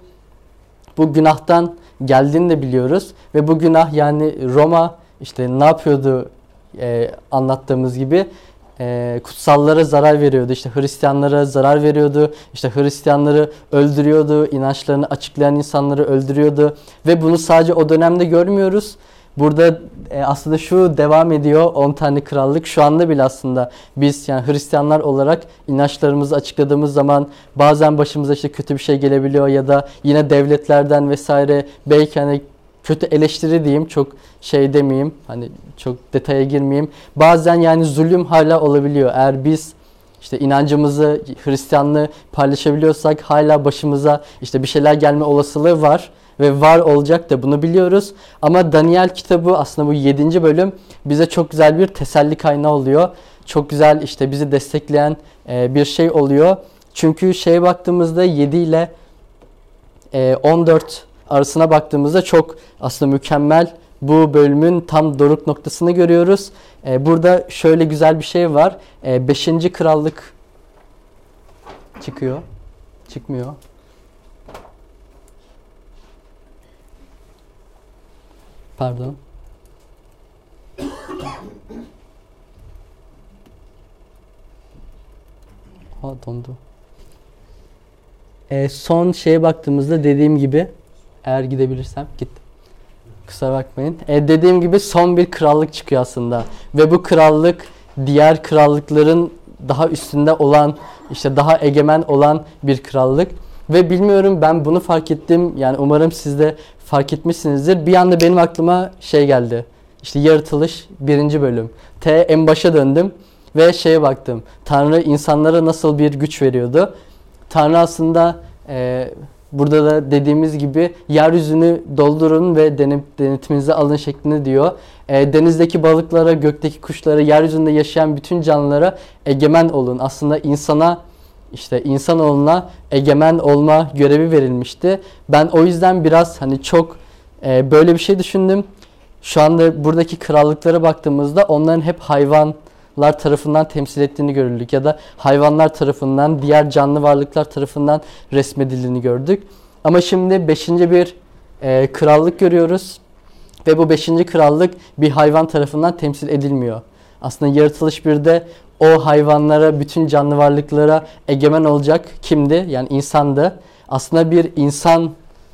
bu günahtan geldiğini de biliyoruz. Ve bu günah yani Roma işte ne yapıyordu e, anlattığımız gibi? E, kutsallara zarar veriyordu. İşte Hristiyanlara zarar veriyordu. İşte Hristiyanları öldürüyordu. İnançlarını açıklayan insanları öldürüyordu. Ve bunu sadece o dönemde görmüyoruz. Burada e, aslında şu devam ediyor. on tane krallık. Şu anda bile aslında biz yani Hristiyanlar olarak inançlarımızı açıkladığımız zaman bazen başımıza işte kötü bir şey gelebiliyor ya da yine devletlerden vesaire belki hani kötü eleştiri diyeyim, çok şey demeyeyim, hani çok detaya girmeyeyim. Bazen yani zulüm hala olabiliyor. Eğer biz işte inancımızı, Hristiyanlığı paylaşabiliyorsak hala başımıza işte bir şeyler gelme olasılığı var. ve var olacak da bunu biliyoruz. Ama Daniel kitabı aslında bu yedinci bölüm bize çok güzel bir teselli kaynağı oluyor. Çok güzel işte bizi destekleyen e, bir şey oluyor. Çünkü şeye baktığımızda yedi ile e, on dört arasına baktığımızda çok aslında mükemmel bu bölümün tam doruk noktasını görüyoruz. E, burada şöyle güzel bir şey var. E, beşinci krallık çıkıyor. Çıkmıyor. Pardon. Ha dondu. E, son şeye baktığımızda dediğim gibi eğer gidebilirsem git. Kusura bakmayın. E, dediğim gibi son bir krallık çıkıyor aslında. Ve bu krallık diğer krallıkların daha üstünde olan, işte daha egemen olan bir krallık. Ve bilmiyorum ben bunu fark ettim. Yani umarım siz de fark etmişsinizdir. Bir anda benim aklıma şey geldi. İşte Yaratılış birinci bölüm. T en başa döndüm ve şeye baktım. Tanrı insanlara nasıl bir güç veriyordu. Tanrı aslında e, burada da dediğimiz gibi yeryüzünü doldurun ve denip, denetimize alın şeklinde diyor. E, denizdeki balıklara, gökteki kuşlara, yeryüzünde yaşayan bütün canlılara egemen olun. Aslında insana, işte insanoğluna egemen olma görevi verilmişti. Ben o yüzden biraz hani çok e, böyle bir şey düşündüm. Şu anda buradaki krallıklara baktığımızda onların hep hayvanlar tarafından temsil ettiğini görüldük ya da hayvanlar tarafından, diğer canlı varlıklar tarafından resmedildiğini gördük. Ama şimdi beşinci bir e, krallık görüyoruz ve bu beşinci krallık bir hayvan tarafından temsil edilmiyor. Aslında Yaratılış birde o hayvanlara, bütün canlı varlıklara egemen olacak kimdi? Yani insandı. Aslında bir insan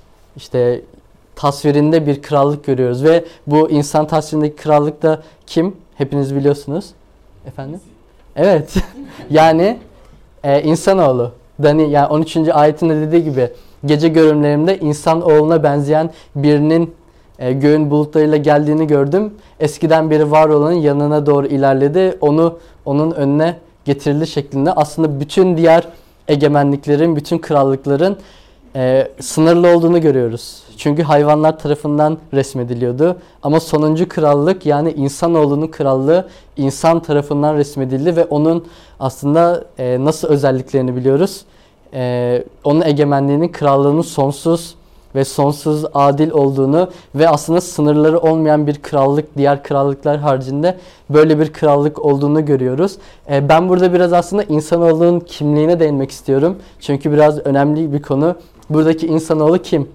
işte tasvirinde bir krallık görüyoruz ve bu insan tasvirindeki krallık da kim? Hepiniz biliyorsunuz. Efendim? Evet. Yani e, insanoğlu. Dani yani on üçüncü ayetinde dediği gibi gece görümlerimde insanoğluna benzeyen birinin e, göğün bulutlarıyla geldiğini gördüm. Eskiden beri var olanın yanına doğru ilerledi. Onu onun önüne getirildi şeklinde. Aslında bütün diğer egemenliklerin, bütün krallıkların e, sınırlı olduğunu görüyoruz. Çünkü hayvanlar tarafından resmediliyordu. Ama sonuncu krallık yani insanoğlunun krallığı insan tarafından resmedildi ve onun aslında e, nasıl özelliklerini biliyoruz. E, onun egemenliğinin, krallığının sonsuz ve sonsuz adil olduğunu ve aslında sınırları olmayan bir krallık, diğer krallıklar haricinde böyle bir krallık olduğunu görüyoruz. E, ben burada biraz aslında insanoğlunun kimliğine değinmek istiyorum. Çünkü biraz önemli bir konu. Buradaki insanoğlu kim?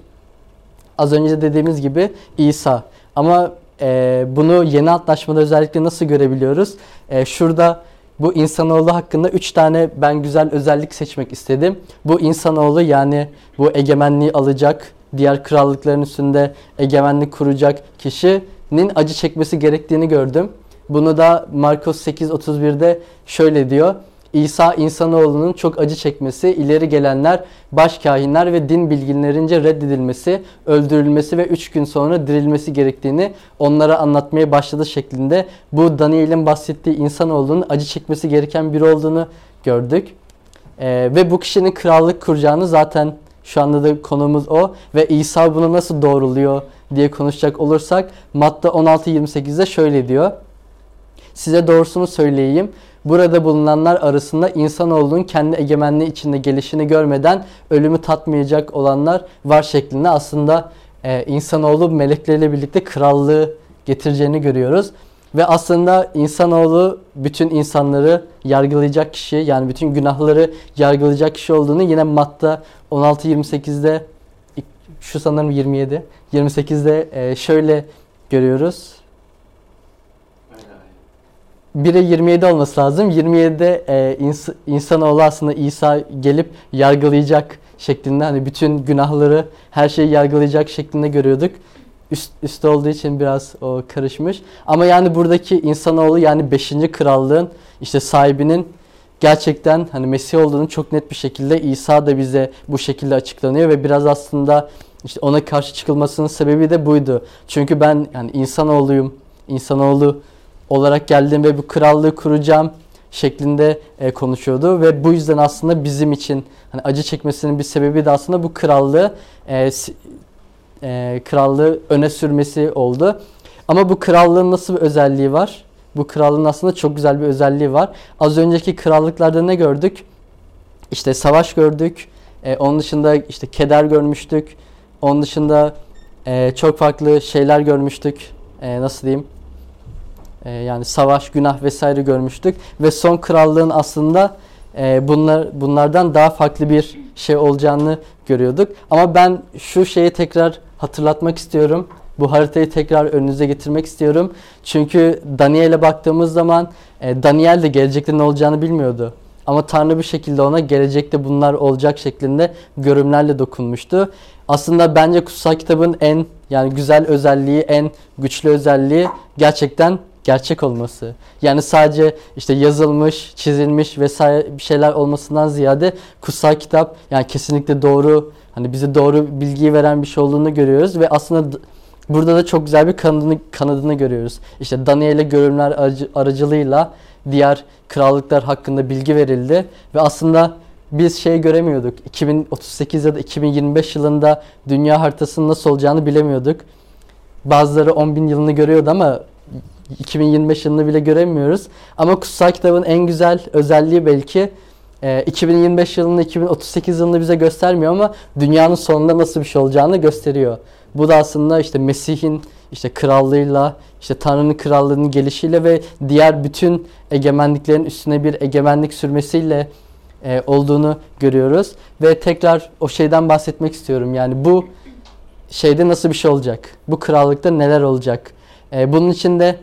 Az önce dediğimiz gibi İsa. Ama e, bunu yeni antlaşmada özellikle nasıl görebiliyoruz? E, şurada bu insanoğlu hakkında üç tane ben güzel özellik seçmek istedim. Bu insanoğlu yani bu egemenliği alacak, diğer krallıkların üstünde egemenlik kuracak kişinin acı çekmesi gerektiğini gördüm. Bunu da Markos sekiz otuz birde şöyle diyor. İsa insanoğlunun çok acı çekmesi, ileri gelenler, başkâhinler ve din bilginlerince reddedilmesi, öldürülmesi ve üç gün sonra dirilmesi gerektiğini onlara anlatmaya başladı şeklinde bu Daniel'in bahsettiği insanoğlunun acı çekmesi gereken biri olduğunu gördük. Ee, ve bu kişinin krallık kuracağını zaten şu anda da konumuz o ve İsa bunu nasıl doğruluyor diye konuşacak olursak Matta on altı yirmi sekizde şöyle diyor. Size doğrusunu söyleyeyim. Burada bulunanlar arasında insanoğlunun kendi egemenliği içinde gelişini görmeden ölümü tatmayacak olanlar var şeklinde aslında e, insanoğlu melekleriyle birlikte krallığı getireceğini görüyoruz. Ve aslında insanoğlu bütün insanları yargılayacak kişi yani bütün günahları yargılayacak kişi olduğunu yine Matta on altı yirmi sekizde şu sanırım yirmi yedi yirmi sekizde e, şöyle görüyoruz. bire yirmi yedi olması lazım. yirmi yedide e, ins- insanoğlu aslında İsa gelip yargılayacak şeklinde hani bütün günahları her şeyi yargılayacak şeklinde görüyorduk. Üst, üstü olduğu için biraz o karışmış. Ama yani buradaki insanoğlu yani beşinci krallığın işte sahibinin gerçekten hani Mesih olduğunu çok net bir şekilde İsa da bize bu şekilde açıklanıyor ve biraz aslında işte ona karşı çıkılmasının sebebi de buydu. Çünkü ben yani insanoğluyum, insanoğlu olarak geldim ve bu krallığı kuracağım şeklinde e, konuşuyordu ve bu yüzden aslında bizim için hani acı çekmesinin bir sebebi de aslında bu krallığı e, e, krallığı öne sürmesi oldu. Ama bu krallığın nasıl bir özelliği var? Bu krallığın aslında çok güzel bir özelliği var. Az önceki krallıklarda ne gördük? İşte savaş gördük. E, onun dışında işte keder görmüştük. Onun dışında e, çok farklı şeyler görmüştük. E, nasıl diyeyim? E, yani savaş, günah vesaire görmüştük. Ve son krallığın aslında e, bunlar bunlardan daha farklı bir şey olacağını görüyorduk. Ama ben şu şeyi tekrar hatırlatmak istiyorum. Bu haritayı tekrar önünüze getirmek istiyorum. Çünkü Daniel'e baktığımız zaman e, Daniel de gelecekte ne olacağını bilmiyordu. Ama Tanrı bir şekilde ona gelecekte bunlar olacak şeklinde görümlerle dokunmuştu. Aslında bence kutsal kitabın en yani güzel özelliği, en güçlü özelliği gerçekten gerçek olması. Yani sadece işte yazılmış, çizilmiş vesaire bir şeyler olmasından ziyade kutsal kitap yani kesinlikle doğru, hani bize doğru bilgiyi veren bir şey olduğunu görüyoruz ve aslında burada da çok güzel bir kanadını, kanadını görüyoruz. İşte Daniel'e görümler aracı, aracılığıyla diğer krallıklar hakkında bilgi verildi ve aslında biz şey göremiyorduk. iki bin otuz sekiz ya da iki bin yirmi beş yılında dünya haritasının nasıl olacağını bilemiyorduk. Bazıları on bin yılını görüyordu ama iki bin yirmi beş yılını bile göremiyoruz. Ama kutsal kitabın en güzel özelliği belki e, iki bin yirmi beş yılını, iki bin otuz sekiz yılını bize göstermiyor ama dünyanın sonunda nasıl bir şey olacağını gösteriyor. Bu da aslında işte Mesih'in işte krallığıyla, işte Tanrı'nın krallığının gelişiyle ve diğer bütün egemenliklerin üstüne bir egemenlik sürmesiyle e, olduğunu görüyoruz. Ve tekrar o şeyden bahsetmek istiyorum. Yani bu şeyde nasıl bir şey olacak? Bu krallıkta neler olacak? E, bunun için de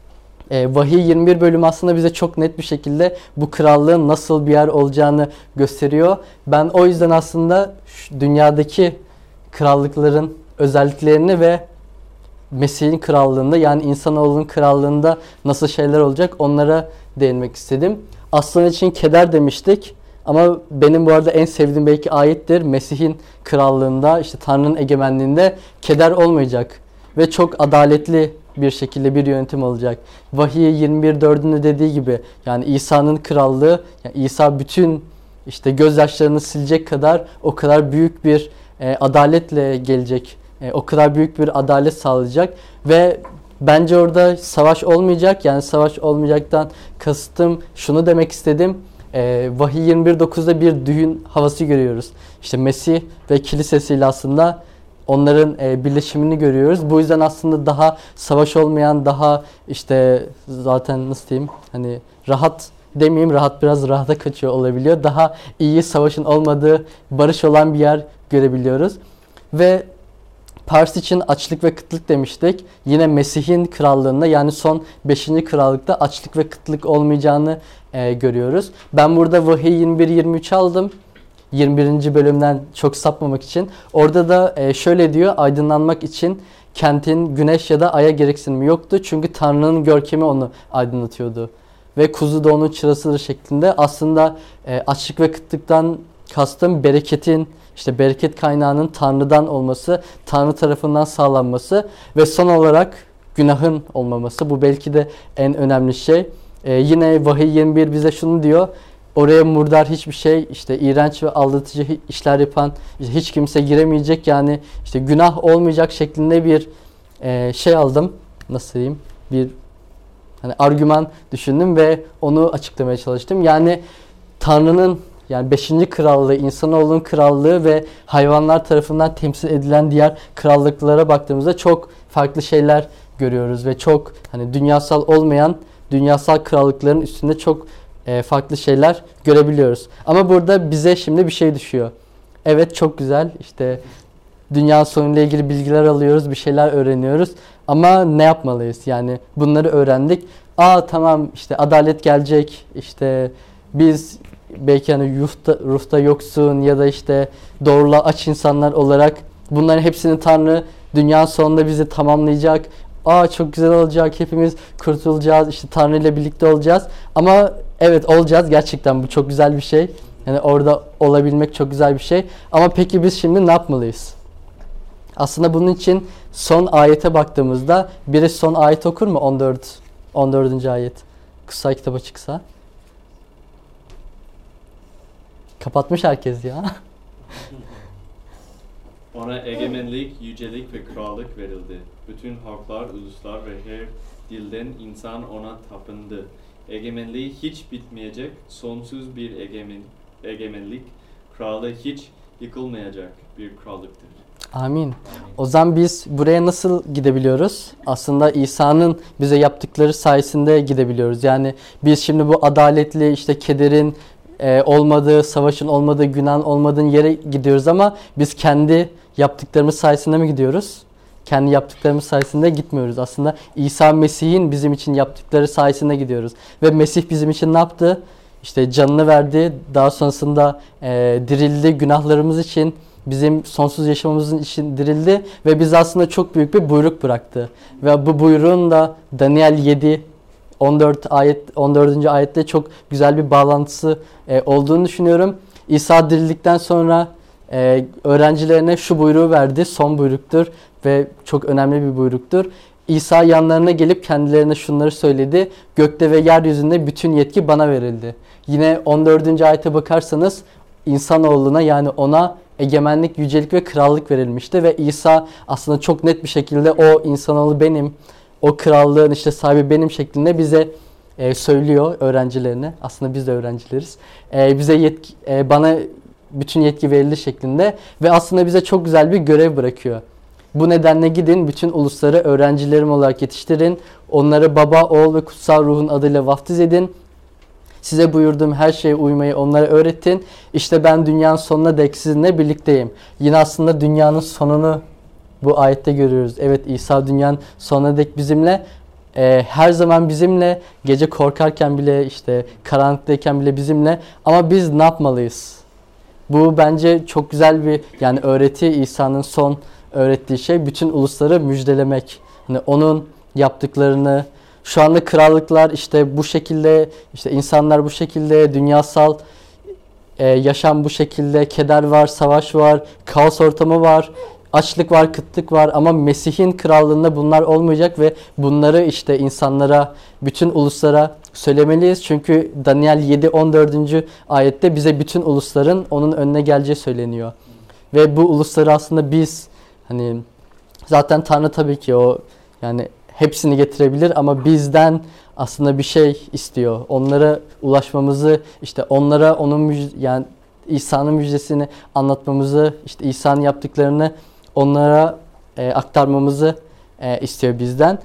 e, Vahiy yirmi bir bölüm aslında bize çok net bir şekilde bu krallığın nasıl bir yer olacağını gösteriyor. Ben o yüzden aslında şu dünyadaki krallıkların özelliklerini ve Mesih'in krallığında yani insanoğlunun krallığında nasıl şeyler olacak onlara değinmek istedim. Aslan için keder demiştik ama benim bu arada en sevdiğim belki ayettir. Mesih'in krallığında işte Tanrı'nın egemenliğinde keder olmayacak ve çok adaletli bir şekilde bir yönetim olacak. Vahiy yirmi bir dördünde dediği gibi yani İsa'nın krallığı, yani İsa bütün işte gözyaşlarını silecek kadar o kadar büyük bir e, adaletle gelecek. E, o kadar büyük bir adalet sağlayacak ve bence orada savaş olmayacak. Yani savaş olmayacaktan kastım şunu demek istedim. E, Vahiy yirmi bir dokuzda bir düğün havası görüyoruz. İşte Mesih ve kilisesiyle aslında onların e, birleşimini görüyoruz. Bu yüzden aslında daha savaş olmayan, daha işte zaten nasıl diyeyim hani rahat demeyeyim, rahat biraz rahata kaçıyor olabiliyor. Daha iyi savaşın olmadığı, barış olan bir yer görebiliyoruz. Ve Pars için açlık ve kıtlık demiştik. Yine Mesih'in krallığında yani son beşinci krallıkta açlık ve kıtlık olmayacağını e, görüyoruz. Ben burada Vahiy yirmi bir yirmi üç aldım. yirmi birinci bölümden çok sapmamak için. Orada da e, şöyle diyor, aydınlanmak için kentin güneş ya da aya gereksinimi yoktu. Çünkü Tanrı'nın görkemi onu aydınlatıyordu. Ve kuzu da onun çırasıdır şeklinde. Aslında e, açlık ve kıtlıktan kastım bereketin, işte bereket kaynağının Tanrı'dan olması, Tanrı tarafından sağlanması ve son olarak günahın olmaması. Bu belki de en önemli şey. Ee, yine Vahiy yirmi bir bize şunu diyor. Oraya murdar hiçbir şey, işte iğrenç ve aldatıcı işler yapan işte hiç kimse giremeyecek. Yani işte günah olmayacak şeklinde bir e, şey aldım. Nasıl diyeyim? Bir hani argüman düşündüm ve onu açıklamaya çalıştım. Yani Tanrı'nın yani beşinci krallığı, insanoğlunun krallığı ve hayvanlar tarafından temsil edilen diğer krallıklara baktığımızda çok farklı şeyler görüyoruz ve çok hani dünyasal olmayan dünyasal krallıkların üstünde çok e, farklı şeyler görebiliyoruz. Ama burada bize şimdi bir şey düşüyor. Evet çok güzel işte dünya sonuyla ilgili bilgiler alıyoruz, bir şeyler öğreniyoruz ama ne yapmalıyız? Yani bunları öğrendik. Aa tamam işte adalet gelecek, işte biz belki hani ruhta, ruhta yoksun ya da işte doğruluğa aç insanlar olarak bunların hepsini Tanrı dünyanın sonunda bizi tamamlayacak. Aa çok güzel olacak, hepimiz kurtulacağız, işte Tanrı ile birlikte olacağız. Ama evet olacağız, gerçekten bu çok güzel bir şey. Yani orada olabilmek çok güzel bir şey. Ama peki biz şimdi ne yapmalıyız? Aslında bunun için son ayete baktığımızda biri son ayet okur mu? on dört on dördüncü ayet. Kutsal kitap açıksa. Kapatmış herkes ya. Ona egemenlik, yücelik ve krallık verildi. Bütün halklar, uluslar ve her dilden insan ona tapındı. Egemenliği hiç bitmeyecek, sonsuz bir egemen, egemenlik, kralı hiç yıkılmayacak bir krallıktır. Amin. O zaman biz buraya nasıl gidebiliyoruz? Aslında İsa'nın bize yaptıkları sayesinde gidebiliyoruz. Yani biz şimdi bu adaletli, işte kederin e, olmadığı, savaşın olmadığı, günahın olmadığı yere gidiyoruz ama biz kendi yaptıklarımız sayesinde mi gidiyoruz? Kendi yaptıklarımız sayesinde gitmiyoruz. Aslında İsa Mesih'in bizim için yaptıkları sayesinde gidiyoruz. Ve Mesih bizim için ne yaptı? İşte canını verdi. Daha sonrasında e, dirildi günahlarımız için. Bizim sonsuz yaşamımızın için dirildi ve bize aslında çok büyük bir buyruk bıraktı. Ve bu buyruğun da Daniel yedi on dört ayet on dördüncü ayette çok güzel bir bağlantısı e, olduğunu düşünüyorum. İsa dirildikten sonra e, öğrencilerine şu buyruğu verdi. Son buyruktur ve çok önemli bir buyruktur. İsa yanlarına gelip kendilerine şunları söyledi. Gökte ve yeryüzünde bütün yetki bana verildi. Yine on dördüncü ayete bakarsanız insanoğluna, yani ona egemenlik, yücelik ve krallık verilmişti ve İsa aslında çok net bir şekilde o insanoğlu benim, o krallığın işte sahibi benim şeklinde bize e, söylüyor öğrencilerine. Aslında biz de öğrencileriz. E, bize yetki, e, bana bütün yetki verildi şeklinde ve aslında bize çok güzel bir görev bırakıyor. Bu nedenle gidin, bütün ulusları öğrencilerim olarak yetiştirin. Onları Baba, Oğul ve Kutsal Ruh'un adıyla vaftiz edin. Size buyurduğum her şeye uymayı onlara öğretin. İşte ben dünyanın sonuna dek sizinle birlikteyim. Yine aslında dünyanın sonunu bu ayette görüyoruz. Evet, İsa dünyanın sonuna dek bizimle. Ee, her zaman bizimle. Gece korkarken bile, işte karanlıktayken bile bizimle. Ama biz ne yapmalıyız? Bu bence çok güzel bir yani öğreti. İsa'nın son öğrettiği şey bütün ulusları müjdelemek. Hani onun yaptıklarını. Şu anda krallıklar işte bu şekilde, işte insanlar bu şekilde, dünyasal e, yaşam bu şekilde, keder var, savaş var, kaos ortamı var, açlık var, kıtlık var ama Mesih'in krallığında bunlar olmayacak ve bunları işte insanlara, bütün uluslara söylemeliyiz. Çünkü Daniel yedi on dördüncü ayette bize bütün ulusların onun önüne geleceği söyleniyor. Ve bu ulusları aslında biz, hani zaten Tanrı tabii ki o yani hepsini getirebilir ama bizden aslında bir şey istiyor. Onlara ulaşmamızı, işte onlara onun müjde, yani İsa'nın müjdesini anlatmamızı, işte İsa'nın yaptıklarını onlara e, aktarmamızı e, istiyor bizden.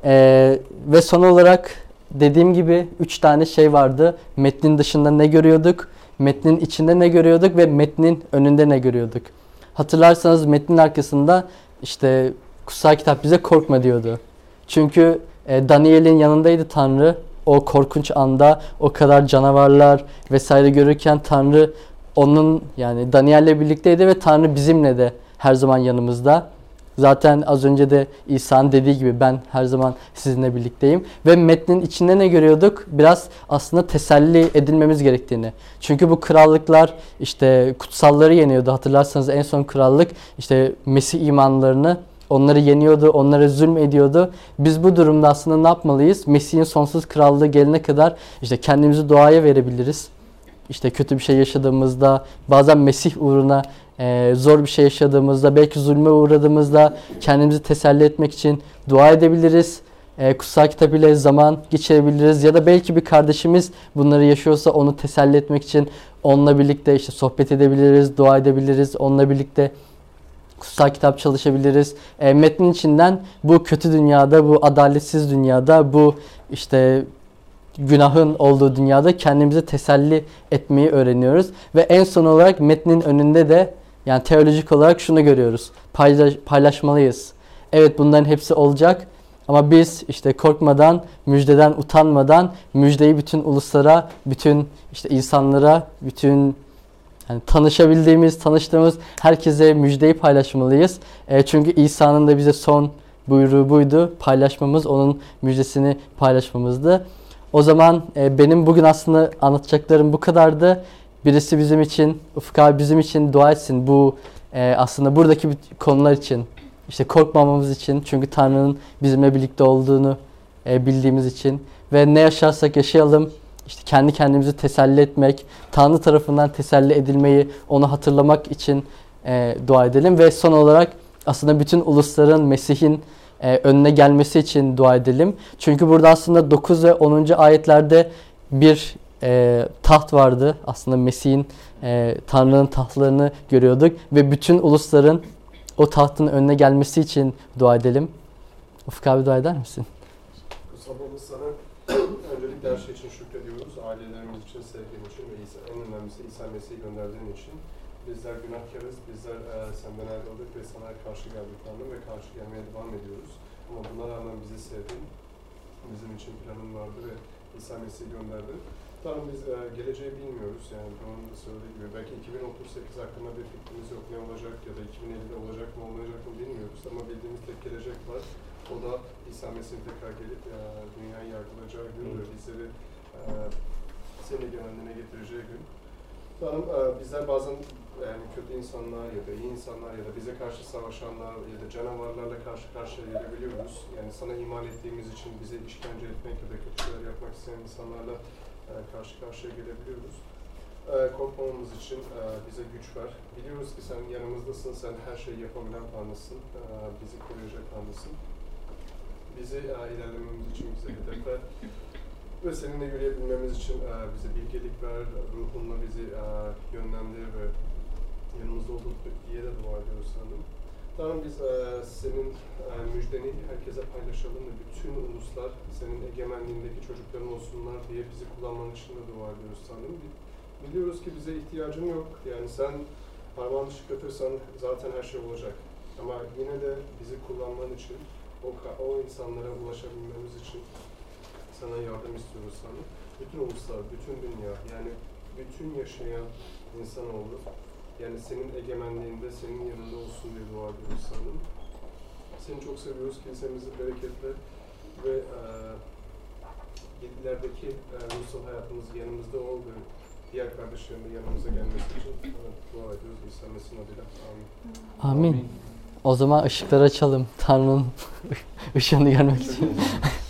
E, ve son olarak dediğim gibi üç tane şey vardı. Metnin dışında ne görüyorduk? Metnin içinde ne görüyorduk ve metnin önünde ne görüyorduk? Hatırlarsanız metnin arkasında işte kutsal kitap bize korkma diyordu. Çünkü e, Daniel'in yanındaydı Tanrı. O korkunç anda o kadar canavarlar vesaire görürken Tanrı onun, yani Daniel'le birlikteydi ve Tanrı bizimle de her zaman yanımızda. Zaten az önce de İsa'nın dediği gibi ben her zaman sizinle birlikteyim. Ve metnin içinde ne görüyorduk? Biraz aslında teselli edilmemiz gerektiğini. Çünkü bu krallıklar işte kutsalları yeniyordu. Hatırlarsanız en son krallık işte Mesih imanlarını, onları yeniyordu, onlara zulm ediyordu. Biz bu durumda aslında ne yapmalıyız? Mesih'in sonsuz krallığı gelene kadar işte kendimizi duaya verebiliriz. İşte kötü bir şey yaşadığımızda, bazen Mesih uğruna e, zor bir şey yaşadığımızda, belki zulme uğradığımızda kendimizi teselli etmek için dua edebiliriz. E, kutsal kitap ile zaman geçirebiliriz. Ya da belki bir kardeşimiz bunları yaşıyorsa onu teselli etmek için onunla birlikte işte sohbet edebiliriz, dua edebiliriz. Onunla birlikte kutsal kitap çalışabiliriz. E, metnin içinden bu kötü dünyada, bu adaletsiz dünyada, bu işte günahın olduğu dünyada kendimizi teselli etmeyi öğreniyoruz. Ve en son olarak metnin önünde de yani teolojik olarak şunu görüyoruz. Paylaş, paylaşmalıyız. Evet, bunların hepsi olacak ama biz işte korkmadan, müjdeden utanmadan müjdeyi bütün uluslara, bütün işte insanlara, bütün yani tanışabildiğimiz, tanıştığımız herkese müjdeyi paylaşmalıyız. E, çünkü İsa'nın da bize son buyruğu buydu. Paylaşmamız, onun müjdesini paylaşmamızdı. O zaman e, benim bugün aslında anlatacaklarım bu kadardı. Birisi bizim için, Ufuk abi bizim için dua etsin. Bu e, aslında buradaki konular için, işte korkmamamız için. Çünkü Tanrı'nın bizimle birlikte olduğunu e, bildiğimiz için. Ve ne yaşarsak yaşayalım, işte kendi kendimizi teselli etmek, Tanrı tarafından teselli edilmeyi, onu hatırlamak için e, dua edelim ve son olarak aslında bütün ulusların Mesih'in e, önüne gelmesi için dua edelim. Çünkü burada aslında dokuz ve onuncu ayetlerde bir e, taht vardı. Aslında Mesih'in, e, Tanrı'nın tahtlarını görüyorduk ve bütün ulusların o tahtın önüne gelmesi için dua edelim. Ufuk abi dua eder misin? Kutsal sana öncelikle her şey için şükrediyoruz. Ailelerimiz için, sevgin için ve İsa, en önemlisi İsa Mesih'i gönderdiğin için. Bizler günahkarız, bizler e, senden ayrıldık ve sana karşı geldik Tanrım ve karşı gelmeye devam ediyoruz. Ama buna rağmen bizi sevdin, bizim için planın vardı ve İsa Mesih'i gönderdin. Tanrım biz e, geleceği bilmiyoruz, yani onun da söylediği gibi. Belki iki bin otuz sekiz hakkında bir fikrimiz yok, ne olacak ya da iki bin ellide olacak mı olmayacak mı bilmiyoruz. Ama bildiğimiz tek gelecek var. O da İsa Mesih'in tekrar gelip e, dünyayı yargılayacağı gün ve bizleri e, senin egemenliğine getireceği gün. Tanrım e, bizler bazen yani kötü insanlar ya da iyi insanlar ya da bize karşı savaşanlar ya da canavarlarla karşı karşıya gelebiliyoruz. Yani sana iman ettiğimiz için bize işkence etmek ya da kötü şeyler yapmak isteyen insanlarla e, karşı karşıya gelebiliyoruz. E, korkmamamız için e, bize güç ver. Biliyoruz ki sen yanımızdasın, sen her şeyi yapabilen Tanrısın, e, bizi koruyacak Tanrısın. Bizi e, ilerlememiz için bize hedef ver. Ve seninle yürüyebilmemiz için e, bize bilgelik ver, ruhunla bizi e, yönlendir ve yanımızda olduğu yere dua ediyoruz Tanrım. Tanrım biz e, senin e, müjdeni herkese paylaşalım ve bütün uluslar senin egemenliğindeki çocukların olsunlar diye bizi kullanman için de dua ediyoruz Tanrım. Biliyoruz ki bize ihtiyacın yok. Yani sen parmağını şıklatırsan zaten her şey olacak. Ama yine de bizi kullanman için, o, o insanlara ulaşabilmemiz için sana yardım istiyoruz sana. Bütün uluslar, bütün dünya, yani bütün yaşayan insanoğlu, yani senin egemenliğinde, senin yanında olsun diye dua ediyoruz sana. Seni çok seviyoruz, kilisemizi bereketle ve e, ilerideki e, ruhsal hayatımız yanımızda ol ve diğer kardeşlerin de yanımıza gelmesi için e, dua ediyoruz. İsa Mesih'in adıyla. Amin. Amin. O zaman ışıkları açalım. Tanrı'nın ışığını görmek için.